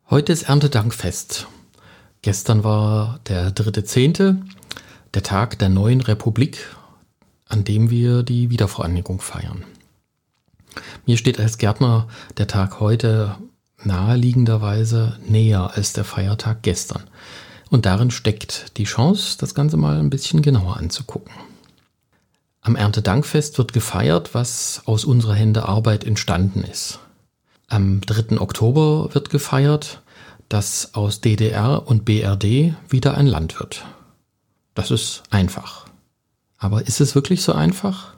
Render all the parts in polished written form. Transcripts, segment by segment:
Heute ist Erntedankfest. Gestern war der 3.10., der Tag der neuen Republik, an dem wir die Wiedervereinigung feiern. Mir steht als Gärtner der Tag heute naheliegenderweise näher als der Feiertag gestern. Und darin steckt die Chance, das Ganze mal ein bisschen genauer anzugucken. Am Erntedankfest wird gefeiert, was aus unserer Hände Arbeit entstanden ist. Am 3. Oktober wird gefeiert, dass aus DDR und BRD wieder ein Land wird. Das ist einfach. Aber ist es wirklich so einfach?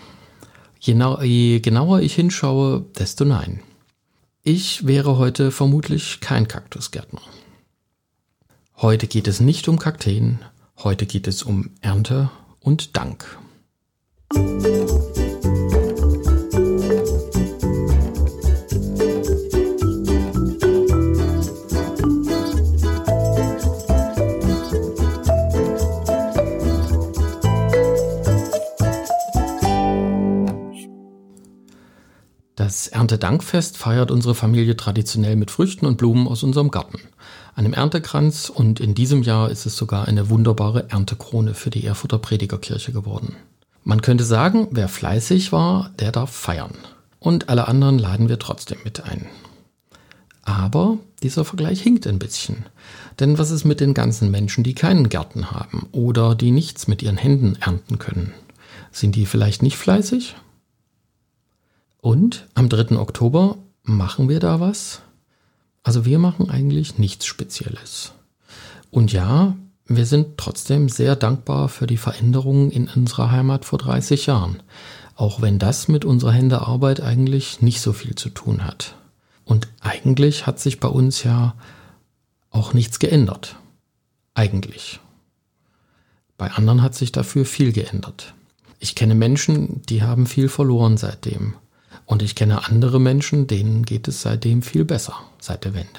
Je genauer ich hinschaue, desto nein. Ich wäre heute vermutlich kein Kaktusgärtner. Heute geht es nicht um Kakteen, heute geht es um Ernte und Dank. Das Erntedankfest feiert unsere Familie traditionell mit Früchten und Blumen aus unserem Garten, einem Erntekranz, und in diesem Jahr ist es sogar eine wunderbare Erntekrone für die Erfurter Predigerkirche geworden. Man könnte sagen, wer fleißig war, der darf feiern. Und alle anderen laden wir trotzdem mit ein. Aber dieser Vergleich hinkt ein bisschen. Denn was ist mit den ganzen Menschen, die keinen Garten haben oder die nichts mit ihren Händen ernten können? Sind die vielleicht nicht fleißig? Und am 3. Oktober machen wir da was? Also wir machen eigentlich nichts Spezielles. Und ja, wir sind trotzdem sehr dankbar für die Veränderungen in unserer Heimat vor 30 Jahren. Auch wenn das mit unserer Händearbeit eigentlich nicht so viel zu tun hat. Und eigentlich hat sich bei uns ja auch nichts geändert. Eigentlich. Bei anderen hat sich dafür viel geändert. Ich kenne Menschen, die haben viel verloren seitdem. Und ich kenne andere Menschen, denen geht es seitdem viel besser, seit der Wende.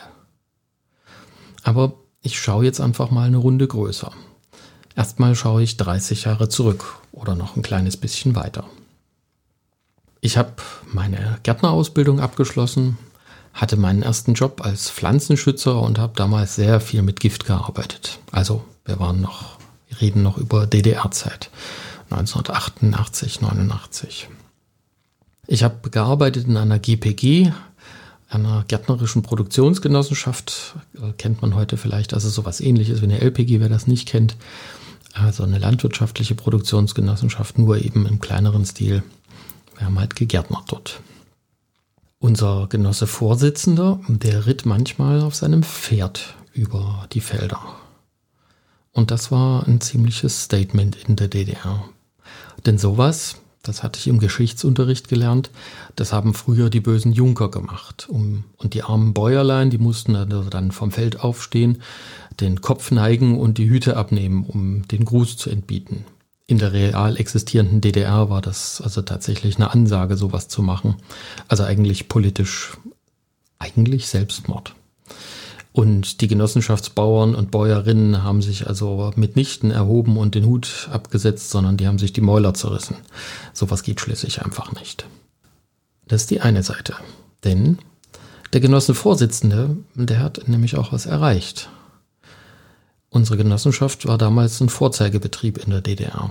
Aber ich schaue jetzt einfach mal eine Runde größer. Erstmal schaue ich 30 Jahre zurück oder noch ein kleines bisschen weiter. Ich habe meine Gärtnerausbildung abgeschlossen, hatte meinen ersten Job als Pflanzenschützer und habe damals sehr viel mit Gift gearbeitet. Also wir reden noch über DDR-Zeit, 1988, 89. Ich habe gearbeitet in einer GPG, einer gärtnerischen Produktionsgenossenschaft, kennt man heute vielleicht, also sowas Ähnliches wie eine LPG, wer das nicht kennt. Also eine landwirtschaftliche Produktionsgenossenschaft, nur eben im kleineren Stil. Wir haben halt gegärtnert dort. Unser Genosse Vorsitzender, der ritt manchmal auf seinem Pferd über die Felder. Und das war ein ziemliches Statement in der DDR. Denn sowas, das hatte ich im Geschichtsunterricht gelernt, das haben früher die bösen Junker gemacht. Und die armen Bäuerlein, die mussten dann vom Feld aufstehen, den Kopf neigen und die Hüte abnehmen, um den Gruß zu entbieten. In der real existierenden DDR war das also tatsächlich eine Ansage, sowas zu machen. Also eigentlich politisch, eigentlich Selbstmord. Und die Genossenschaftsbauern und Bäuerinnen haben sich also mitnichten erhoben und den Hut abgesetzt, sondern die haben sich die Mäuler zerrissen. Sowas geht schließlich einfach nicht. Das ist die eine Seite. Denn der Genossenvorsitzende, der hat nämlich auch was erreicht. Unsere Genossenschaft war damals ein Vorzeigebetrieb in der DDR.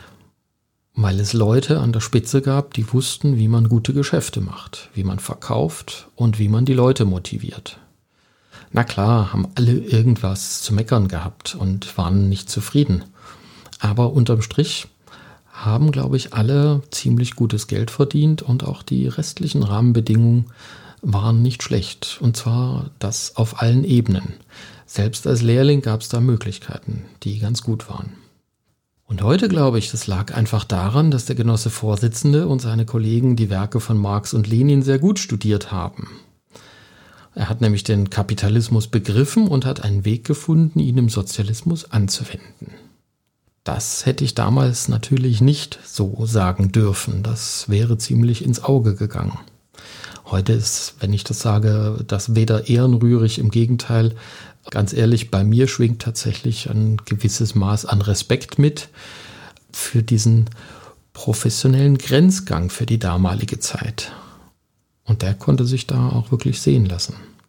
Weil es Leute an der Spitze gab, die wussten, wie man gute Geschäfte macht, wie man verkauft und wie man die Leute motiviert. Na klar, haben alle irgendwas zu meckern gehabt und waren nicht zufrieden. Aber unterm Strich haben, glaube ich, alle ziemlich gutes Geld verdient und auch die restlichen Rahmenbedingungen waren nicht schlecht. Und zwar das auf allen Ebenen. Selbst als Lehrling gab es da Möglichkeiten, die ganz gut waren. Und heute glaube ich, das lag einfach daran, dass der Genosse Vorsitzende und seine Kollegen die Werke von Marx und Lenin sehr gut studiert haben. Er hat nämlich den Kapitalismus begriffen und hat einen Weg gefunden, ihn im Sozialismus anzuwenden. Das hätte ich damals natürlich nicht so sagen dürfen. Das wäre ziemlich ins Auge gegangen. Heute ist, wenn ich das sage, das weder ehrenrührig, im Gegenteil. Ganz ehrlich, bei mir schwingt tatsächlich ein gewisses Maß an Respekt mit für diesen professionellen Grenzgang für die damalige Zeit. Und der konnte sich da auch wirklich sehen lassen.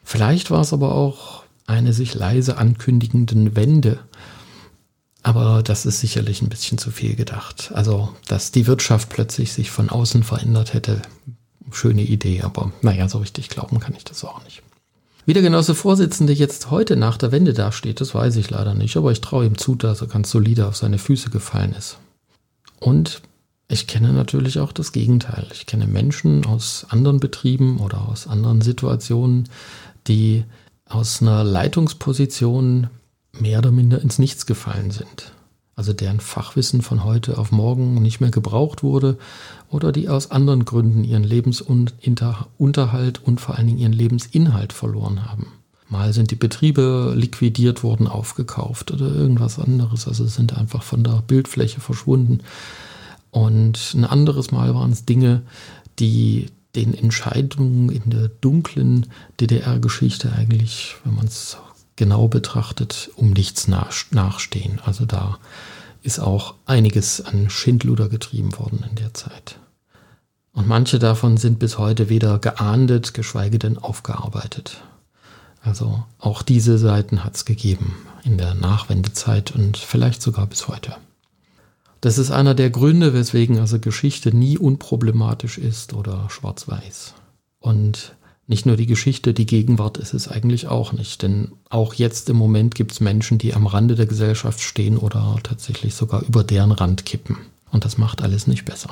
Vielleicht war es aber auch eine sich leise ankündigende Wende. Aber das ist sicherlich ein bisschen zu viel gedacht. Also, dass die Wirtschaft plötzlich sich von außen verändert hätte, schöne Idee, aber naja, so richtig glauben kann ich das auch nicht. Wie der Genosse-Vorsitzende jetzt heute nach der Wende dasteht, das weiß ich leider nicht, aber ich traue ihm zu, dass er ganz solide auf seine Füße gefallen ist. Und ich kenne natürlich auch das Gegenteil. Ich kenne Menschen aus anderen Betrieben oder aus anderen Situationen, die aus einer Leitungsposition mehr oder minder ins Nichts gefallen sind. Also deren Fachwissen von heute auf morgen nicht mehr gebraucht wurde oder die aus anderen Gründen ihren Lebensunterhalt und vor allen Dingen ihren Lebensinhalt verloren haben. Mal sind die Betriebe liquidiert worden, aufgekauft oder irgendwas anderes. Also sind einfach von der Bildfläche verschwunden. Und ein anderes Mal waren es Dinge, die den Entscheidungen in der dunklen DDR-Geschichte eigentlich, wenn man es genau betrachtet, um nichts nachstehen. Also da ist auch einiges an Schindluder getrieben worden in der Zeit. Und manche davon sind bis heute weder geahndet, geschweige denn aufgearbeitet. Also auch diese Seiten hat es gegeben in der Nachwendezeit und vielleicht sogar bis heute. Das ist einer der Gründe, weswegen also Geschichte nie unproblematisch ist oder schwarz-weiß. Und nicht nur die Geschichte, die Gegenwart ist es eigentlich auch nicht. Denn auch jetzt im Moment gibt es Menschen, die am Rande der Gesellschaft stehen oder tatsächlich sogar über deren Rand kippen. Und das macht alles nicht besser.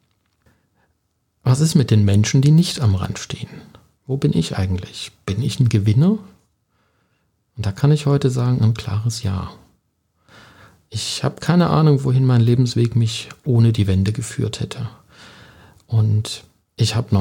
Was ist mit den Menschen, die nicht am Rand stehen? Wo bin ich eigentlich? Bin ich ein Gewinner? Und da kann ich heute sagen, ein klares Ja. Ich habe keine Ahnung, wohin mein Lebensweg mich ohne die Wende geführt hätte. Und ich habe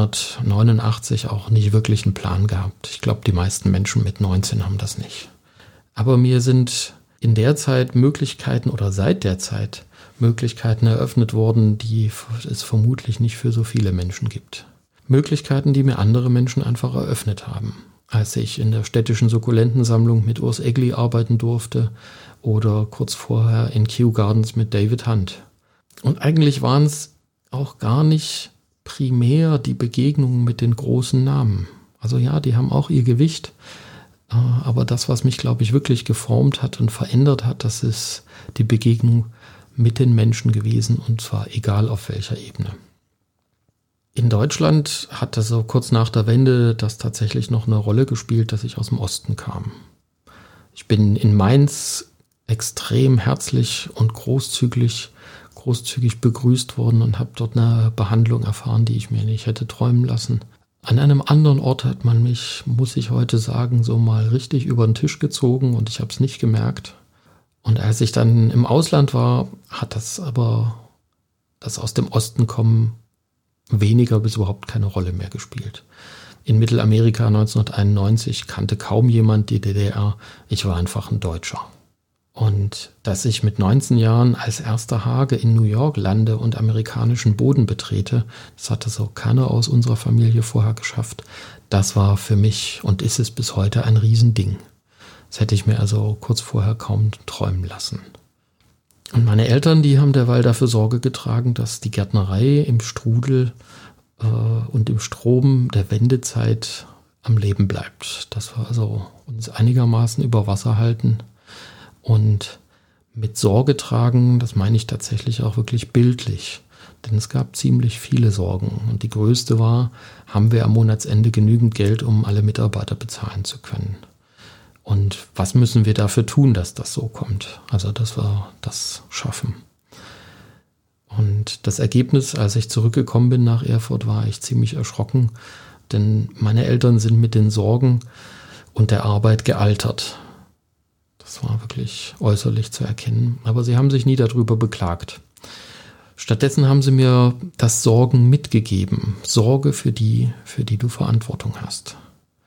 1989 auch nicht wirklich einen Plan gehabt. Ich glaube, die meisten Menschen mit 19 haben das nicht. Aber mir sind in der Zeit Möglichkeiten oder seit der Zeit Möglichkeiten eröffnet worden, die es vermutlich nicht für so viele Menschen gibt. Möglichkeiten, die mir andere Menschen einfach eröffnet haben. Als ich in der städtischen Sukkulentensammlung mit Urs Egli arbeiten durfte oder kurz vorher in Kew Gardens mit David Hunt. Und eigentlich waren es auch gar nicht primär die Begegnungen mit den großen Namen. Also ja, die haben auch ihr Gewicht, aber das, was mich, glaube ich, wirklich geformt hat und verändert hat, das ist die Begegnung mit den Menschen gewesen, und zwar egal auf welcher Ebene. In Deutschland hatte so kurz nach der Wende das tatsächlich noch eine Rolle gespielt, dass ich aus dem Osten kam. Ich bin in Mainz extrem herzlich und großzügig begrüßt worden und habe dort eine Behandlung erfahren, die ich mir nicht hätte träumen lassen. An einem anderen Ort hat man mich, muss ich heute sagen, so mal richtig über den Tisch gezogen und ich habe es nicht gemerkt. Und als ich dann im Ausland war, hat das aber das aus dem Osten kommen weniger bis überhaupt keine Rolle mehr gespielt. In Mittelamerika 1991 kannte kaum jemand die DDR. Ich war einfach ein Deutscher. Und dass ich mit 19 Jahren als erster Hage in New York lande und amerikanischen Boden betrete, das hatte so keiner aus unserer Familie vorher geschafft. Das war für mich und ist es bis heute ein Riesending. Das hätte ich mir also kurz vorher kaum träumen lassen. Und meine Eltern, die haben derweil dafür Sorge getragen, dass die Gärtnerei im Strudel und im Strom der Wendezeit am Leben bleibt. Dass wir also uns einigermaßen über Wasser halten. Und mit Sorge tragen, das meine ich tatsächlich auch wirklich bildlich. Denn es gab ziemlich viele Sorgen. Und die größte war, haben wir am Monatsende genügend Geld, um alle Mitarbeiter bezahlen zu können? Und was müssen wir dafür tun, dass das so kommt? Also, dass wir das schaffen. Und das Ergebnis, als ich zurückgekommen bin nach Erfurt, war ich ziemlich erschrocken. Denn meine Eltern sind mit den Sorgen und der Arbeit gealtert. Das war wirklich äußerlich zu erkennen. Aber sie haben sich nie darüber beklagt. Stattdessen haben sie mir das Sorgen mitgegeben. Sorge, für die du Verantwortung hast.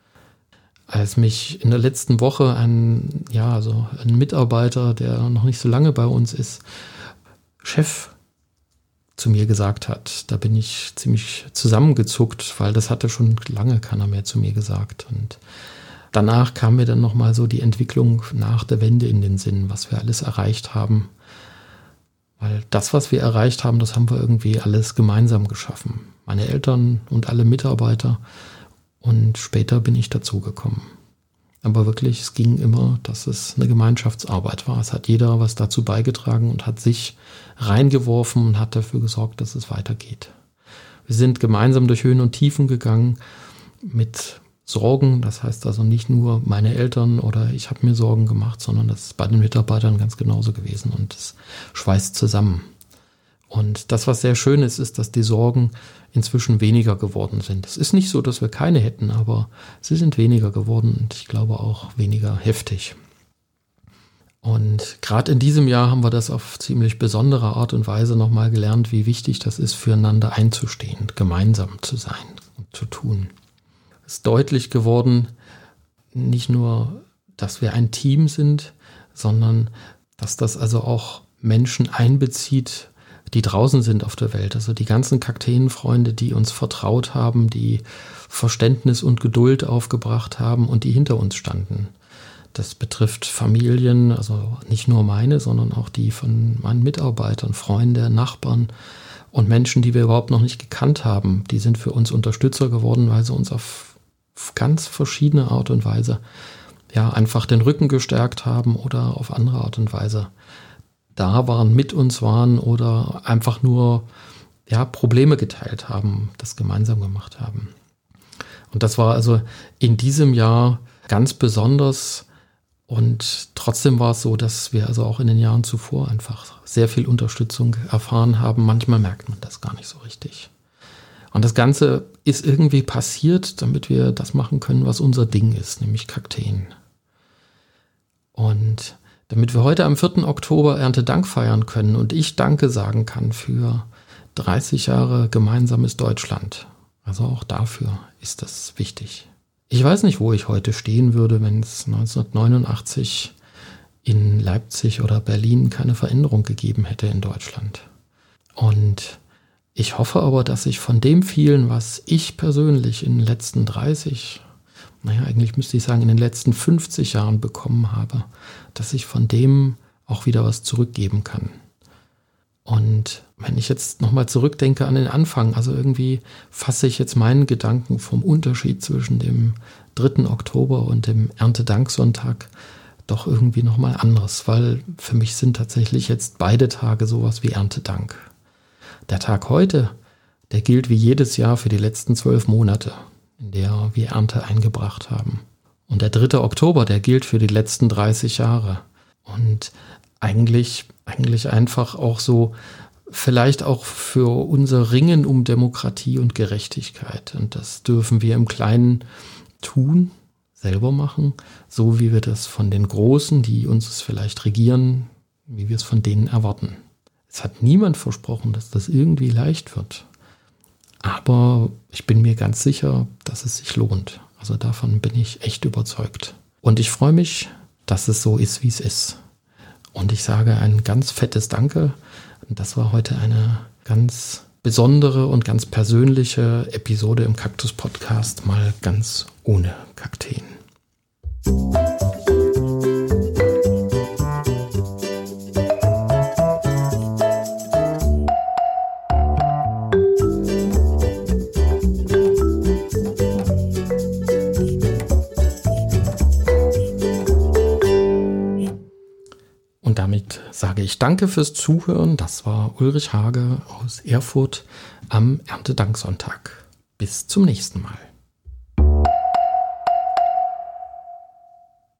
Als mich in der letzten Woche ein Mitarbeiter, der noch nicht so lange bei uns ist, Chef zu mir gesagt hat, da bin ich ziemlich zusammengezuckt, weil das hatte schon lange keiner mehr zu mir gesagt. Und danach kam mir dann nochmal so die Entwicklung nach der Wende in den Sinn, was wir alles erreicht haben. Weil das, was wir erreicht haben, das haben wir irgendwie alles gemeinsam geschaffen. Meine Eltern und alle Mitarbeiter. Und später bin ich dazugekommen. Aber wirklich, es ging immer, dass es eine Gemeinschaftsarbeit war. Es hat jeder was dazu beigetragen und hat sich reingeworfen und hat dafür gesorgt, dass es weitergeht. Wir sind gemeinsam durch Höhen und Tiefen gegangen mit Sorgen. Das heißt also nicht nur meine Eltern oder ich habe mir Sorgen gemacht, sondern das ist bei den Mitarbeitern ganz genauso gewesen und es schweißt zusammen. Und das, was sehr schön ist, ist, dass die Sorgen inzwischen weniger geworden sind. Es ist nicht so, dass wir keine hätten, aber sie sind weniger geworden und ich glaube auch weniger heftig. Und gerade in diesem Jahr haben wir das auf ziemlich besondere Art und Weise nochmal gelernt, wie wichtig das ist, füreinander einzustehen, gemeinsam zu sein und zu tun. Es ist deutlich geworden, nicht nur, dass wir ein Team sind, sondern dass das also auch Menschen einbezieht, die draußen sind auf der Welt. Also die ganzen Kakteenfreunde, die uns vertraut haben, die Verständnis und Geduld aufgebracht haben und die hinter uns standen. Das betrifft Familien, also nicht nur meine, sondern auch die von meinen Mitarbeitern, Freunde, Nachbarn und Menschen, die wir überhaupt noch nicht gekannt haben. Die sind für uns Unterstützer geworden, weil sie uns auf ganz verschiedene Art und Weise einfach den Rücken gestärkt haben oder auf andere Art und Weise da waren, mit uns waren oder einfach nur Probleme geteilt haben, das gemeinsam gemacht haben. Und das war also in diesem Jahr ganz besonders und trotzdem war es so, dass wir also auch in den Jahren zuvor einfach sehr viel Unterstützung erfahren haben. Manchmal merkt man das gar nicht so richtig. Und das Ganze ist irgendwie passiert, damit wir das machen können, was unser Ding ist, nämlich Kakteen. Und damit wir heute am 4. Oktober Erntedank feiern können und ich Danke sagen kann für 30 Jahre gemeinsames Deutschland. Also auch dafür ist das wichtig. Ich weiß nicht, wo ich heute stehen würde, wenn es 1989 in Leipzig oder Berlin keine Veränderung gegeben hätte in Deutschland. Und ich hoffe aber, dass ich von dem vielen, was ich persönlich in den letzten 30, eigentlich müsste ich sagen, in den letzten 50 Jahren bekommen habe, dass ich von dem auch wieder was zurückgeben kann. Und wenn ich jetzt nochmal zurückdenke an den Anfang, also irgendwie fasse ich jetzt meinen Gedanken vom Unterschied zwischen dem 3. Oktober und dem Erntedanksonntag doch irgendwie nochmal anders, weil für mich sind tatsächlich jetzt beide Tage sowas wie Erntedank. Der Tag heute, der gilt wie jedes Jahr für die letzten 12 Monate, in der wir Ernte eingebracht haben. Und der 3. Oktober, der gilt für die letzten 30 Jahre. Und eigentlich einfach auch so, vielleicht auch für unser Ringen um Demokratie und Gerechtigkeit. Und das dürfen wir im Kleinen tun, selber machen, so wie wir das von den Großen, die uns vielleicht regieren, wie wir es von denen erwarten. Es hat niemand versprochen, dass das irgendwie leicht wird. Aber ich bin mir ganz sicher, dass es sich lohnt. Also davon bin ich echt überzeugt. Und ich freue mich, dass es so ist, wie es ist. Und ich sage ein ganz fettes Danke. Das war heute eine ganz besondere und ganz persönliche Episode im Kaktus Podcast, mal ganz ohne Kakteen. Damit sage ich danke fürs Zuhören. Das war Ulrich Hage aus Erfurt am Erntedanksonntag. Bis zum nächsten Mal.